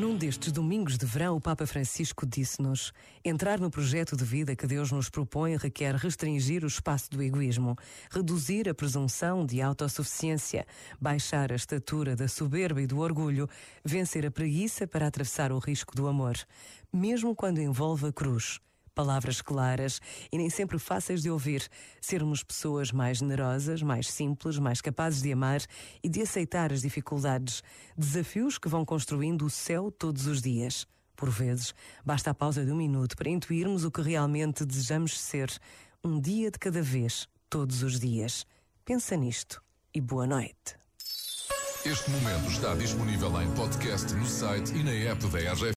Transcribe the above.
Num destes domingos de verão, o Papa Francisco disse-nos: entrar no projeto de vida que Deus nos propõe requer restringir o espaço do egoísmo, reduzir a presunção de autossuficiência, baixar a estatura da soberba e do orgulho, vencer a preguiça para atravessar o risco do amor, mesmo quando envolve a cruz. Palavras claras e nem sempre fáceis de ouvir. Sermos pessoas mais generosas, mais simples, mais capazes de amar e de aceitar as dificuldades. Desafios que vão construindo o céu todos os dias. Por vezes, basta a pausa de um minuto para intuirmos o que realmente desejamos ser. Um dia de cada vez, todos os dias. Pensa nisto e boa noite. Este momento está disponível em podcast no site e na app da RGF.